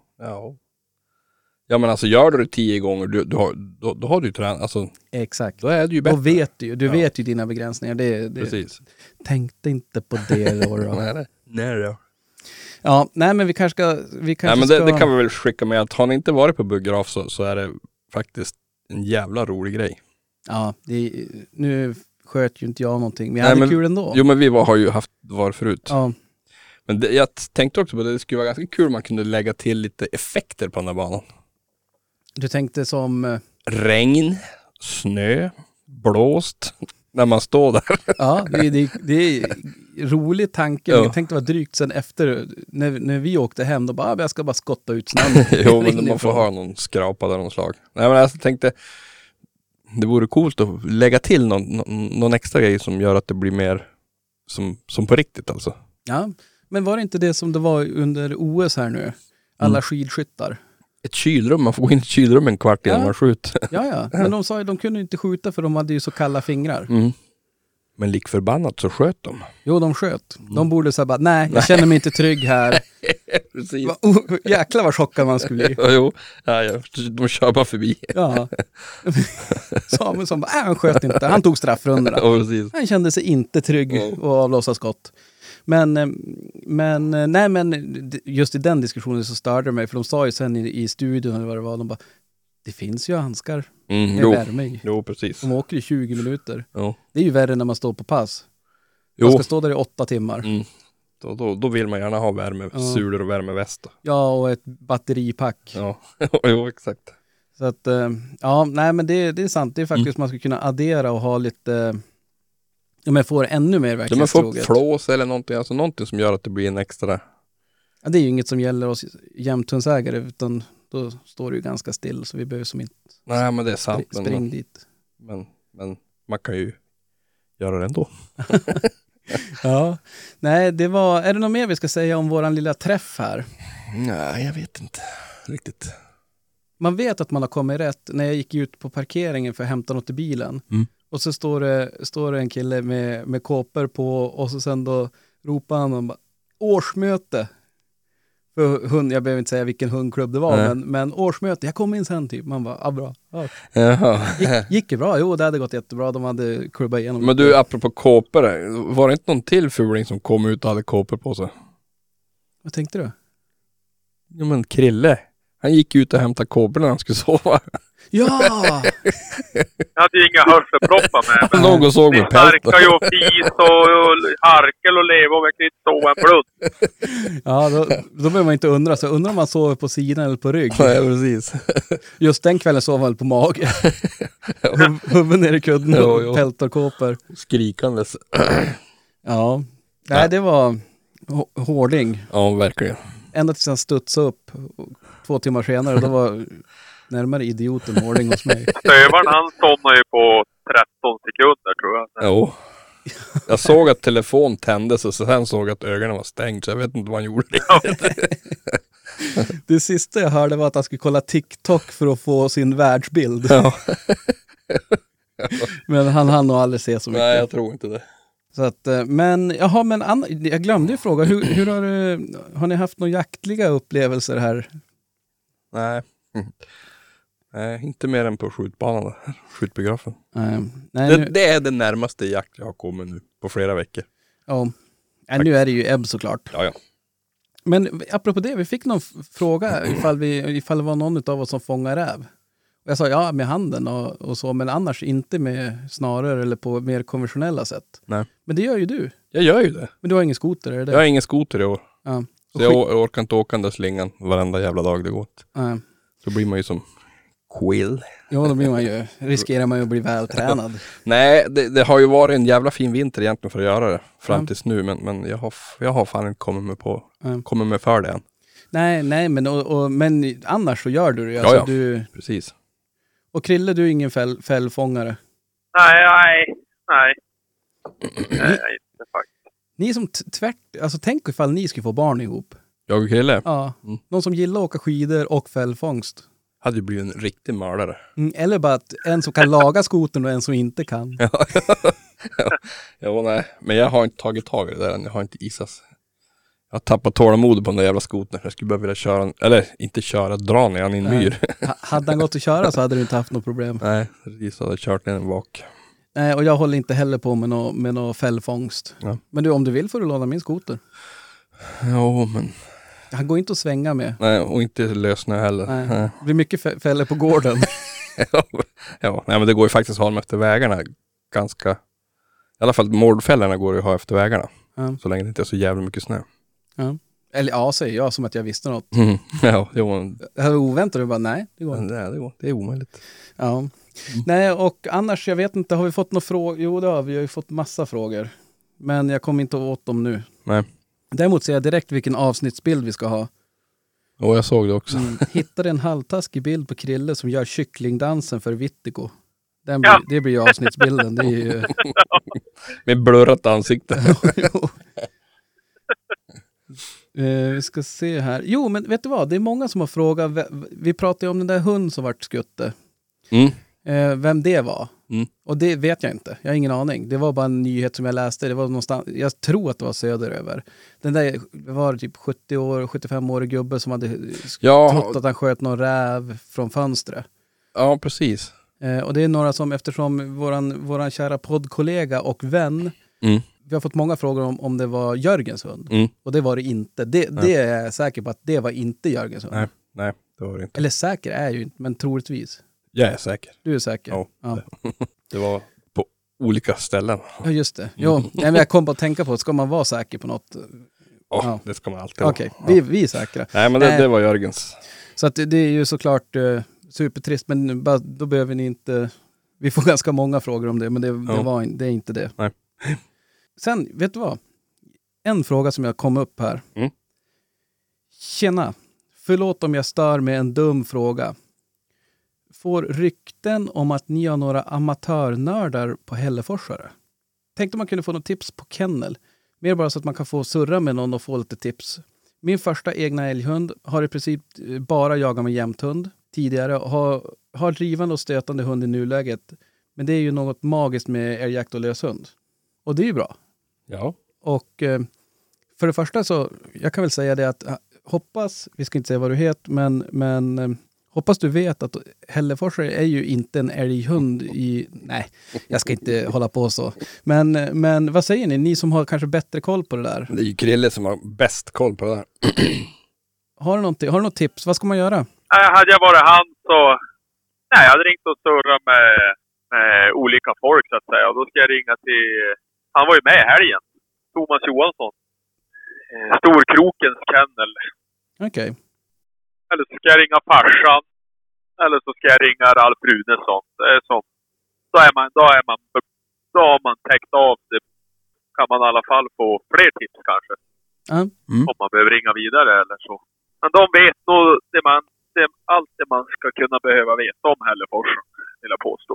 Ja, men alltså gör du det 10 gånger, då har du ju tränat. Alltså, exakt. Då är det ju bättre. Då vet du ju. Du vet ju dina begränsningar. Precis. Tänkte inte på det då. Nej då. Ja, nej men vi kanske ska... Det kan vi väl skicka med att har ni inte varit på biograf så är det faktiskt en jävla rolig grej. Ja, nu sköt ju inte jag någonting, men jag hade kul ändå. Jo, men vi har ju varit förut. Ja. Men jag tänkte också på det skulle vara ganska kul om man kunde lägga till lite effekter på den här banan. Du tänkte som... Regn, snö, blåst, när man står där. Ja, det är rolig tanke. Jag tänkte vara drygt sen efter, när vi åkte hem, då bara, jag ska bara skotta ut snön. Jo, men man får ha någon skrapa där någon slag. Nej, men jag tänkte, det vore coolt att lägga till någon extra grej som gör att det blir mer som på riktigt alltså. Ja. Men var det inte det som det var under OS här nu? Alla skidskyttar. Ett kylrum, man får gå in i ett kylrum en kvart innan man skjuter. Ja. Men de sa att de kunde inte skjuta för de hade ju så kalla fingrar. Mm. Men lik förbannat så sköt de. Jo, de sköt. De borde säga bara, nej, jag känner mig inte trygg här. Precis. Jäklar vad chockad man skulle bli. Jo, de kör bara förbi. Ja. Samuelsson bara, han sköt inte. Han tog straffrunderna. Han kände sig inte trygg och avlossa skott. Men just i den diskussionen så störde det mig, för de sa ju sen i studion eller vad det var, de bara, det finns ju handskar med värme i. Jo, precis. De åker i 20 minuter. Jo. Det är ju värre när man står på pass. Man ska stå där i 8 timmar. Mm. Då vill man gärna ha värmesulor och värmeväst. Ja, och ett batteripack. Ja, jo, exakt. Så att, men det är sant. Det är faktiskt man ska kunna addera och ha lite... Ja, men får ännu mer verklighetstroget. Man får flås eller någonting, alltså någonting som gör att det blir en extra... Ja, det är ju inget som gäller oss jämthundsägare, utan då står det ju ganska still, så vi behöver som inte... Nej, men det är sant. Spring dit. Men man kan ju göra det ändå. Ja. Nej, det var... Är det något mer vi ska säga om våran lilla träff här? Nej, jag vet inte riktigt. Man vet att man har kommit rätt när jag gick ut på parkeringen för att hämta något i bilen. Mm. Och så står det en kille med kåpor på, och så sen då ropar han och bara, årsmöte. För hund, jag behöver inte säga vilken hundklubb det var, men årsmöte, jag kom in sen typ. Man bara, bra. Ja. Gick det bra? Jo, det hade gått jättebra. De hade klubbat igenom. Men du, apropå kåpor, var det inte någon till fuling som kom ut och hade kåpor på sig? Vad tänkte du? Ja, men Krille. Han gick ut och hämtade kåpor när han skulle sova. Ja! Jag hade ju inga hörselproppar med. Någon såg med pälten. Det snarkar ju och fis och harkel och leva och verkligen inte sova en blund. Ja, då behöver man inte undra. Så undrar om man sover på sidan eller på rygg. Ja, precis. Just den kvällen sov man på mage. Huvudet ner i kudden och pältorkåpor. Skrikandes. Ja. Nej, det var hårding. Ja, verkligen. Ända tills han studsade upp 2 timmar senare, då var närmare idioten hårding hos mig. Stövaren, han somnade ju på 13 sekunder tror jag. Jo. Jag såg att telefon tändes och sen såg jag att ögonen var stängt, så jag vet inte vad han gjorde. Det sista jag hörde var att han skulle kolla TikTok för att få sin världsbild. Ja. Men han hann nog aldrig se så mycket. Nej, jag tror inte det. Så att, men jag glömde ju fråga, hur har ni haft några jaktliga upplevelser här? Nej. Nej, inte mer än på skjutbanan där. Skjutbiografen. Nej, det är det närmaste jakt jag har kommit nu på flera veckor. Ja, nu är det ju ebb såklart. Ja. Men apropå det, vi fick någon fråga ifall det var någon av oss som fångar räv. Jag sa ja, med handen och så, men annars inte med snaror eller på mer konventionella sätt. Nej. Men det gör ju du. Jag gör ju det. Men du har ingen skoter, är det? Jag har ingen skoter i år. Ja. Så jag orkar inte åka den där slingan varenda jävla dag det går. Ja. Så blir man ju som Quill. Ja, då blir man ju, riskerar man ju att bli vältränad. Nej, det har ju varit en jävla fin vinter egentligen för att göra det fram tills nu, men jag har fan inte kommit med för det än. Nej, men annars så gör du det. Alltså, ja, precis. Och Krille, du är ingen fällfångare? Nej, inte faktiskt. Ni är som alltså tänk ifall ni skulle få barn ihop. Jag och Krille? Ja, någon som gillar att åka skidor och fällfångst. Hade ju blivit en riktig mördare. Eller bara att en som kan laga skoten och en som inte kan. Ja, nej. Men jag har inte tagit tag i det där än. Jag har inte isats. Jag har tappat tålamod på den där jävla skoten. Jag skulle bara vilja köra, eller inte köra, dra ner han i en myr. Hade han gått att köra så hade du inte haft något problem. Nej, jag hade kört ner en vak. Nej, och jag håller inte heller på med någon fällfångst. Ja. Men du, om du vill får du låna min skoter. Ja, men... Han går inte att svänga med. Nej, och inte lösna heller. Nej. Det blir mycket fällor på gården. Ja, nej, men det går ju faktiskt att ha dem efter vägarna ganska... I alla fall mordfällorna går ju att ha efter vägarna. Ja. Så länge det inte är så jävla mycket snö. Ja. Eller ja, säger jag som att jag visste något. Ja, jo. Det är oväntat, du bara nej, det går inte. Nej, det går. Det är omöjligt. Ja. Nej, och annars, jag vet inte, har vi fått några frågor? Jo, det har vi. Vi har ju fått massa frågor. Men jag kommer inte åt dem nu. Nej. Däremot ser jag direkt vilken avsnittsbild vi ska ha. Och jag såg det också. Hittade en halvtaskig bild på Krille som gör kycklingdansen för Vittigo. Det blir ju avsnittsbilden. Det är ju... Med blurrat ansikte. Vi ska se här. Jo, men vet du vad? Det är många som har frågat. Vi pratade ju om den där hunden som vart skutte. Vem det var. Och det vet jag inte. Jag har ingen aning. Det var bara en nyhet som jag läste. Det var någonstans, jag tror att det var söderöver. Den där var typ 75-årig gubbe som hade trott att han sköt någon räv från fönstret. Ja, precis. Och det är några som, eftersom våran kära poddkollega och vän, vi har fått många frågor om det var Jörgens hund. Och det var det inte. Det är jag säker på att det var inte Jörgens hund. Nej, det var det inte. Eller säker är ju inte, men troligtvis. Jag är säker. Du är säker? Ja. Det var på olika ställen. Ja, just det. Jo, jag kom på att tänka på, ska man vara säker på något? Ja, det ska man alltid vara. Okej, vi är säkra. Nej, men det var Jörgens. Så att det är ju såklart supertrist, men då behöver ni inte... Vi får ganska många frågor om det, men det är inte det. Nej. Sen, vet du vad? En fråga som jag kom upp här. Tjena. Förlåt om jag stör med en dum fråga. Får rykten om att ni har några amatörnördar på Hälleforsare. Tänkte man kunde få något tips på kennel. Mer bara så att man kan få surra med någon och få lite tips. Min första egna älghund har i princip bara jagat med jämthund tidigare. Har drivande och stötande hund i nuläget. Men det är ju något magiskt med älgjakt och löshund. Och det är ju bra. Ja. Och för det första så, jag kan väl säga det att hoppas, vi ska inte säga vad du heter, men hoppas du vet att Hälleforsare är ju inte en älghund nej, jag ska inte hålla på så. Men vad säger ni som har kanske bättre koll på det där? Det är ju Krille som har bäst koll på det där. Har du något tips? Vad ska man göra? Hade jag varit han så... Nej, jag hade ringt och surrat med olika folk så att säga. Och då ska jag ringa till... Han var ju med i helgen. Thomas Johansson. Storkrokens kennel. Okej. Eller så ska jag ringa farsan. Eller så ska jag ringa Ralf Runesson. Det är som... Då har man täckt av det. Kan man i alla fall få fler tips kanske. Om man behöver ringa vidare eller så. Men de vet nog allt det man ska kunna behöva veta om Hälleforsen, vill jag påstå.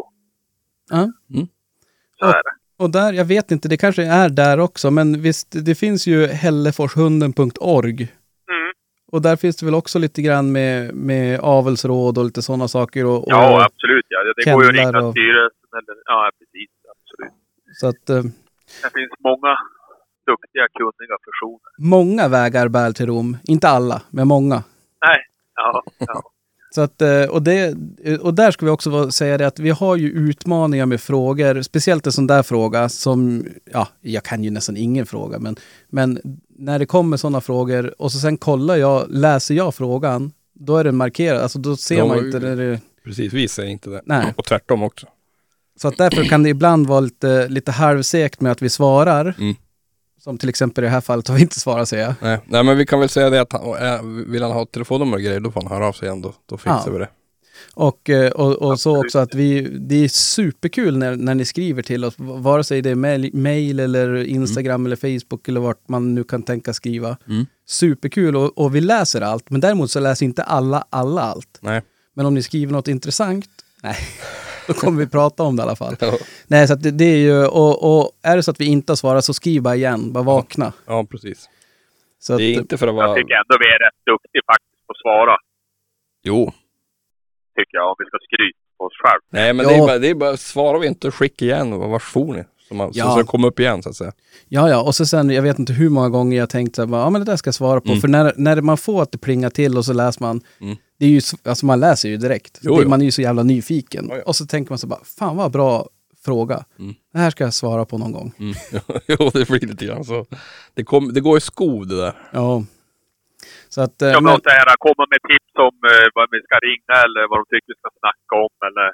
Så är det. Och där, jag vet inte, det kanske är där också, men visst, det finns ju hälleforshunden.org. Och där finns det väl också lite grann med avelsråd och lite sådana saker. Och ja, absolut. Ja. Det går ju att ringa styrelsen. Ja, precis. Absolut. Så att, det finns många duktiga, kunniga personer. Många vägar bär till Rom. Inte alla, men många. Nej, ja. Så att, och där ska vi också säga det att vi har ju utmaningar med frågor, speciellt en sån där fråga som, ja, jag kan ju nästan ingen fråga, men när det kommer sådana frågor och så sen läser jag frågan, då är den markerad, alltså då ser man inte det. Precis, vi säger inte det. Nej. Och tvärtom också. Så att därför kan det ibland vara lite halvsekt med att vi svarar. Som till exempel i det här fallet har vi inte svarat, säger jag. Nej, men vi kan väl säga det att vill han ha telefonnummer och grejer, då får han höra av sig igen. Då fixar vi det. Och så också att det är superkul när ni skriver till oss, vare sig det är mail eller Instagram eller Facebook eller vart man nu kan tänka skriva. Superkul och vi läser allt, men däremot så läser inte alla allt. Nej. Men om ni skriver något intressant, då kommer vi prata om det i alla fall. Ja. Nej, så att det är ju, och är det så att vi inte har svarat så skriv bara igen, bara vakna. Ja, precis. Så det är inte för att vara... Jag tycker ändå vi är rätt duktiga faktiskt på att svara. Jo. Tycker jag, om vi ska skryta på oss själv. Nej, men det är bara svarar vi inte och skicka igen, vart får ni? Så det kommer upp igen, så att säga. Ja, och så sen, jag vet inte hur många gånger jag tänkt så här, men det där ska jag svara på. För när man får att det plingar till och så läser man, det är ju, alltså man läser ju direkt. Man är ju så jävla nyfiken. Ja. Och så tänker man så bara, fan vad bra fråga. Det här ska jag svara på någon gång. Jo, det blir lite grann så. Det går i skov det där. Ja. Så att, jag vill inte här komma med tips om vad vi ska ringa eller vad de tycker vi ska snacka om. Eller...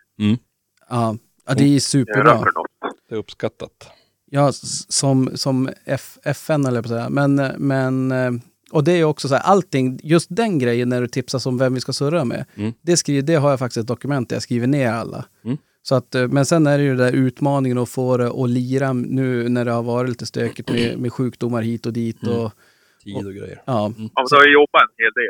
Ja, det är superbra. Det är uppskattat. Ja, som FN eller på så här. Men och det är också så här, allting, just den grejen när du tipsar om vem vi ska surra med. Det har jag faktiskt ett dokument där jag skriver ner alla. Så att, men sen är det ju där utmaningen att få det att lira nu när det har varit lite stökigt med sjukdomar hit och dit och tid och grejer. Ja. Ja, så har jag jobbat en hel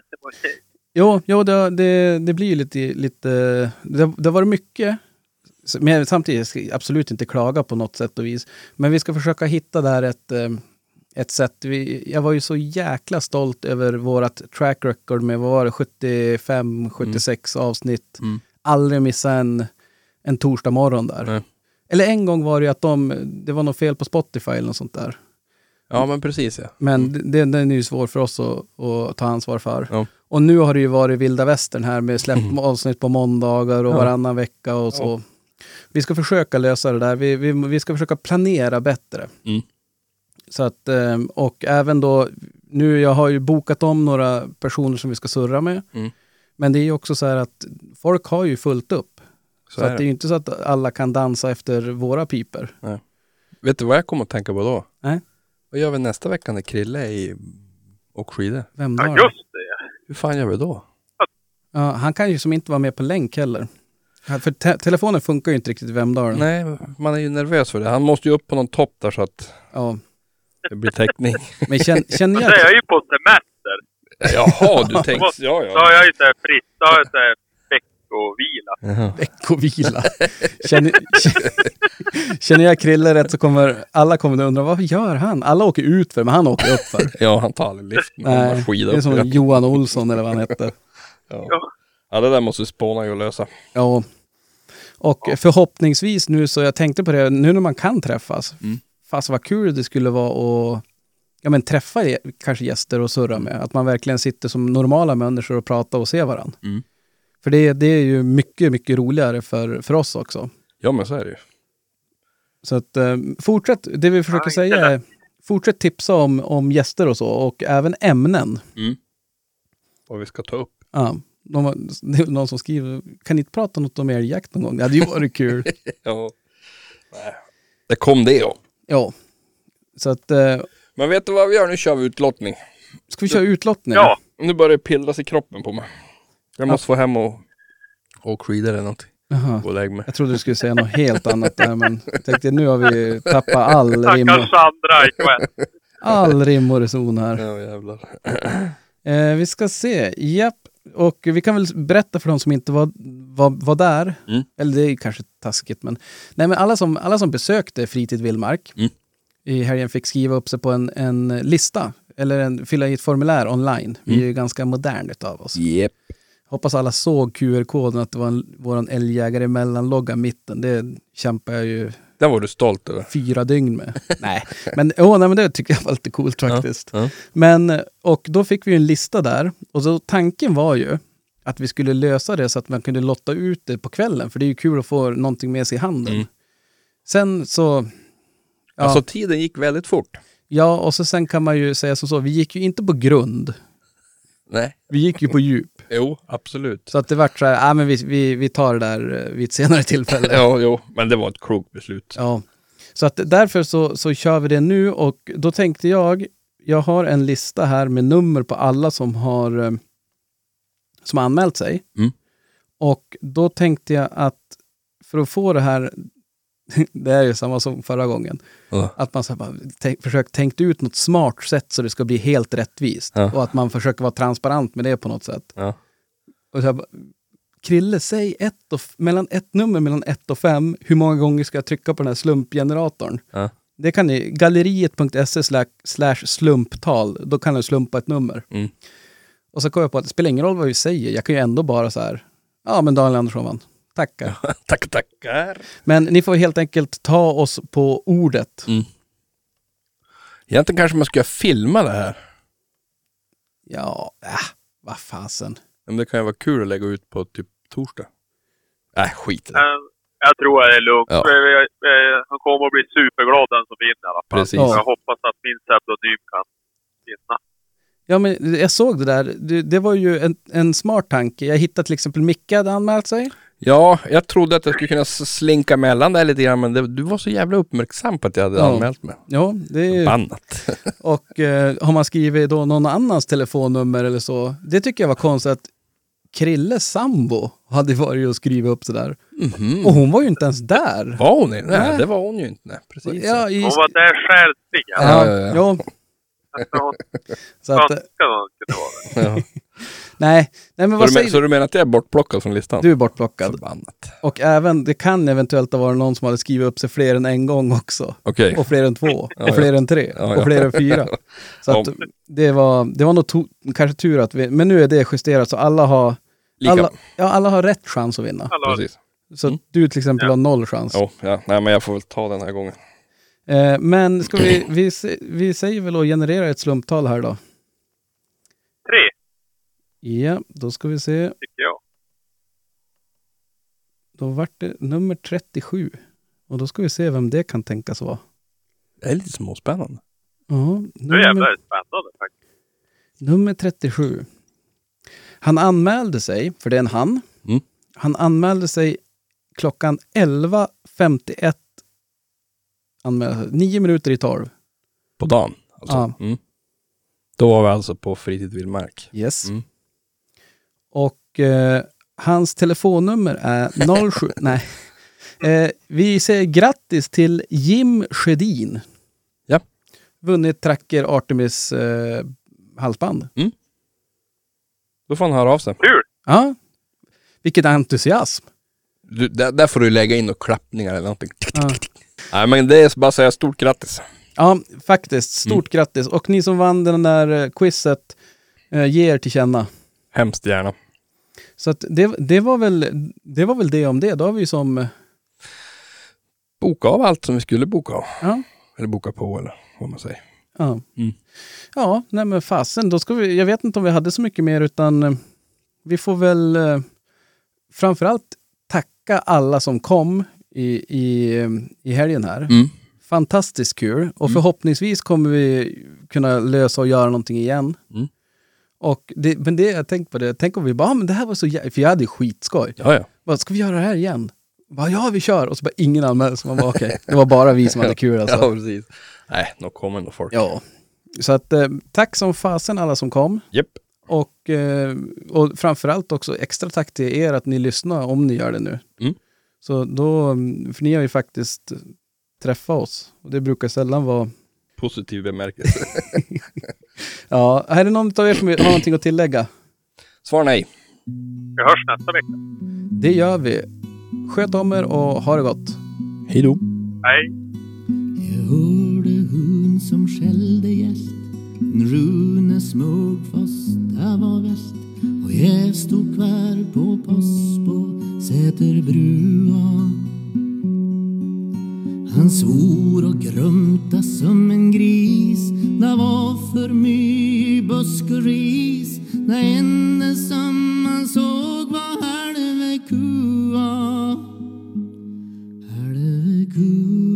del. Jo, det blir ju lite det har varit mycket. Men samtidigt ska jag absolut inte klaga på något sätt och vis. Men vi ska försöka hitta där ett sätt. Jag var ju så jäkla stolt över vårat track record med, vad var det, 75-76 avsnitt. Aldrig missa en torsdag morgon där. Nej. Eller en gång var det ju att det var något fel på Spotify eller något sånt där. Ja, men precis, ja. Men den är ju svår för oss att ta ansvar för. Ja. Och nu har det ju varit vilda västern här med släpp avsnitt på måndagar och varannan vecka och så. Ja. Vi ska försöka lösa det där. Vi ska försöka planera bättre. Så att, och även då, nu jag har ju bokat om några personer som vi ska surra med. Men det är ju också så här att folk har ju fullt upp. Så att det är ju inte så att alla kan dansa efter våra piper. Nej. Vet du vad jag kommer att tänka på då? Nej. Vad gör vi nästa vecka när Krille och skidor? Vem då? Ja, just det. Hur fan gör vi då? Ja, han kan ju som inte vara med på länk heller. För telefonen funkar ju inte riktigt i Vemdalen. Nej, man är ju nervös för det. Han måste ju upp på någon topp där så att det blir täckning. Men känner jag... Jag är ju på semester. Jaha, du tänkte... Ja. Så har jag ju så här fritt. Så har jag så här veckovila. Veckovila. Känner jag Krille rätt så kommer alla undra, vad gör han? Alla åker ut för, men han åker upp för. Ja, han tar aldrig lift. Nej, det är som Johan Olsson eller vad han hette. Ja, det där måste Spåna ju lösa. Ja. Och förhoppningsvis nu, så jag tänkte på det, nu när man kan träffas. Fast vad kul det skulle vara att träffa kanske gäster och surra med. Att man verkligen sitter som normala människor och pratar och ser varandra. För det är ju mycket, mycket roligare för oss också. Ja, men så är det ju. Så att fortsätt, det vi försöker säga är, fortsätt tipsa om gäster och så. Och även ämnen. Vad vi ska ta upp. Ja. Det är någon som skriver, kan ni inte prata något om älgjakt någon gång? Det hade ju varit kul. Ja. Nej. Det kom det, ja. Ja. Så att... Men vet du vad vi gör? Nu kör vi utlottning. Ska vi köra utlottning? Ja. Nu börjar det pillras i kroppen på mig. Jag måste få hem och skida eller någonting. Jaha. Och lägg mig. Jag trodde du skulle säga något helt annat där, men jag tänkte nu har vi tappat all rim. Sandra ikväll. All rim och reson här. Ja, jävlar. Vi ska se. Japp. Och vi kan väl berätta för de som inte var där. Eller det är kanske taskigt, men nej, men alla som besökte Fritid Vildmark i helgen fick skriva upp sig på en lista eller fylla i ett formulär online. Vi är ju ganska moderna av oss. Yep. Hoppas alla såg QR-koden att det var våran älgjägare mellanlogga mitten. Det kämpar jag ju. Den var du stolt över. 4 dygn med. Nej, men det tycker jag var lite coolt faktiskt. Ja. Men, och då fick vi en lista där. Och så tanken var ju att vi skulle lösa det så att man kunde lotta ut det på kvällen. För det är ju kul att få någonting med sig i handen. Sen så... Ja, alltså tiden gick väldigt fort. Ja, och så sen kan man ju säga som så. Vi gick ju inte på grund. Nej. Vi gick ju på djup. Jo, absolut. Så att det vart så här, men vi tar det där vid ett senare tillfälle. Jo, men det var ett klokt beslut. Ja. Så att därför så kör vi det nu. Och då tänkte jag har en lista här med nummer på alla som har anmält sig. Och då tänkte jag att för att få det här, det är ju samma som förra gången, att man så bara försöker tänka ut något smart sätt så det ska bli helt rättvist. Och att man försöker vara transparent med det på något sätt. Och så bara, Krille, säg ett nummer mellan 1 och 5. Hur många gånger ska jag trycka på den här slumpgeneratorn? Det kan ni, galleriet.se/slumptal. Då kan du slumpa ett nummer. Och så kom jag på att det spelar ingen roll vad vi säger. Jag kan ju ändå bara så här, ja men Daniel Andersson vann. Tackar. Tackar. Men ni får helt enkelt ta oss på ordet. Egentligen kanske man ska filma det här. Ja, vad fasen. Men det kan ju vara kul att lägga ut på typ torsdag. Skit. Jag tror att det är lugnt. Han kommer att bli superglad den som vinner i alla fall. Precis. Jag hoppas att min pseudonym kan vinna. Ja, men jag såg det där. Det var ju en smart tanke. Jag hittade till exempel Micke hade anmält sig. Ja, jag trodde att jag skulle kunna slinka mellan där lite grann, men du var så jävla uppmärksam på att jag hade anmält mig. Ja, det är bannat. Och har man skrivit då någon annans telefonnummer eller så, det tycker jag var konstigt att Krilles sambo hade varit och skrivit upp sådär. Och hon var ju inte ens där. Var hon inte? Nej, det var hon ju inte. Nej, precis. Ja, hon var där själv. Ja. Så att, Nej, men vad säger du? Så du menar att jag är bortplockad från listan? Du är bortplockad. Förbannat. Och även, det kan eventuellt ha varit någon som hade skrivit upp sig fler än en gång också. Okay. Och fler än 2. Och fler än 3. Och fler än 4. Så att det var nog kanske tur att vi... Men nu är det justerat så alla har... Alla har rätt chans att vinna. Precis. Så du till exempel har 0 chans. Nej, men jag får väl ta den här gången. Men ska vi säger väl att generera ett slumptal här då? 3. Ja, då ska vi se. Tycker jag. Då vart det nummer 37. Och då ska vi se vem det kan tänkas vara. Det är lite småspännande. Ja, det är jävla spännande faktiskt. Nummer 37. Han anmälde sig, för det är en han. Han anmälde sig klockan 11:51. 9 minuter i 12. På dagen? Alltså. Ja. Då var vi alltså på Fritid Vildmark. Yes. Och hans telefonnummer är 07... Nej. Vi säger grattis till Jim Skedin. Ja. Vunnit Tracker Artemis halsband. Då får han höra av sig. Kul! Ja. Vilket entusiasm. Där får du lägga in och klappningar eller någonting. Nej, men det är bara att säga stort grattis. Ja, faktiskt. Stort grattis. Och ni som vann den där quizet, ge er till känna. Hemskt gärna. Så att det var väl det om det. Då har vi som... Boka av allt som vi skulle boka av. Ja. Eller boka på, eller vad man säger. Ja. Ja, nej men fasen. Då ska vi... Jag vet inte om vi hade så mycket mer, utan vi får väl framförallt tacka alla som kom i helgen här. Fantastiskt kul. Och förhoppningsvis kommer vi kunna lösa och göra någonting igen. Och men det jag tänkte på det. Tänk om vi bara, men det här var så för jag hade skitskoj. Ja. Vad ska vi göra det här igen? Ja, vi kör. Och så bara ingen anmäld. Så man bara, okej. Det var bara vi som hade kul alltså. Ja, precis. Nej, nog kommer ändå folk. Ja. Så att tack som fasen alla som kom. Japp. Och framförallt också extra tack till er att ni lyssnar om ni gör det nu. Så då, för ni har ju faktiskt träffat oss. Och det brukar sällan vara... Positiv bemärkelse. Ja, är det någon av er som har någonting att tillägga? Svar nej. Vi hörs nästa vecka. Det gör vi. Sköt om er och ha det gott. Hej då. Hej. Jag hörde hon som skällde gäst. Rune smög fast det var väst. Och jag stod kvar på post på Säterbrua. Han svor och grumta som en gris Det var för mig busk och ris. Det enda som man såg var halve kua. Halve kua.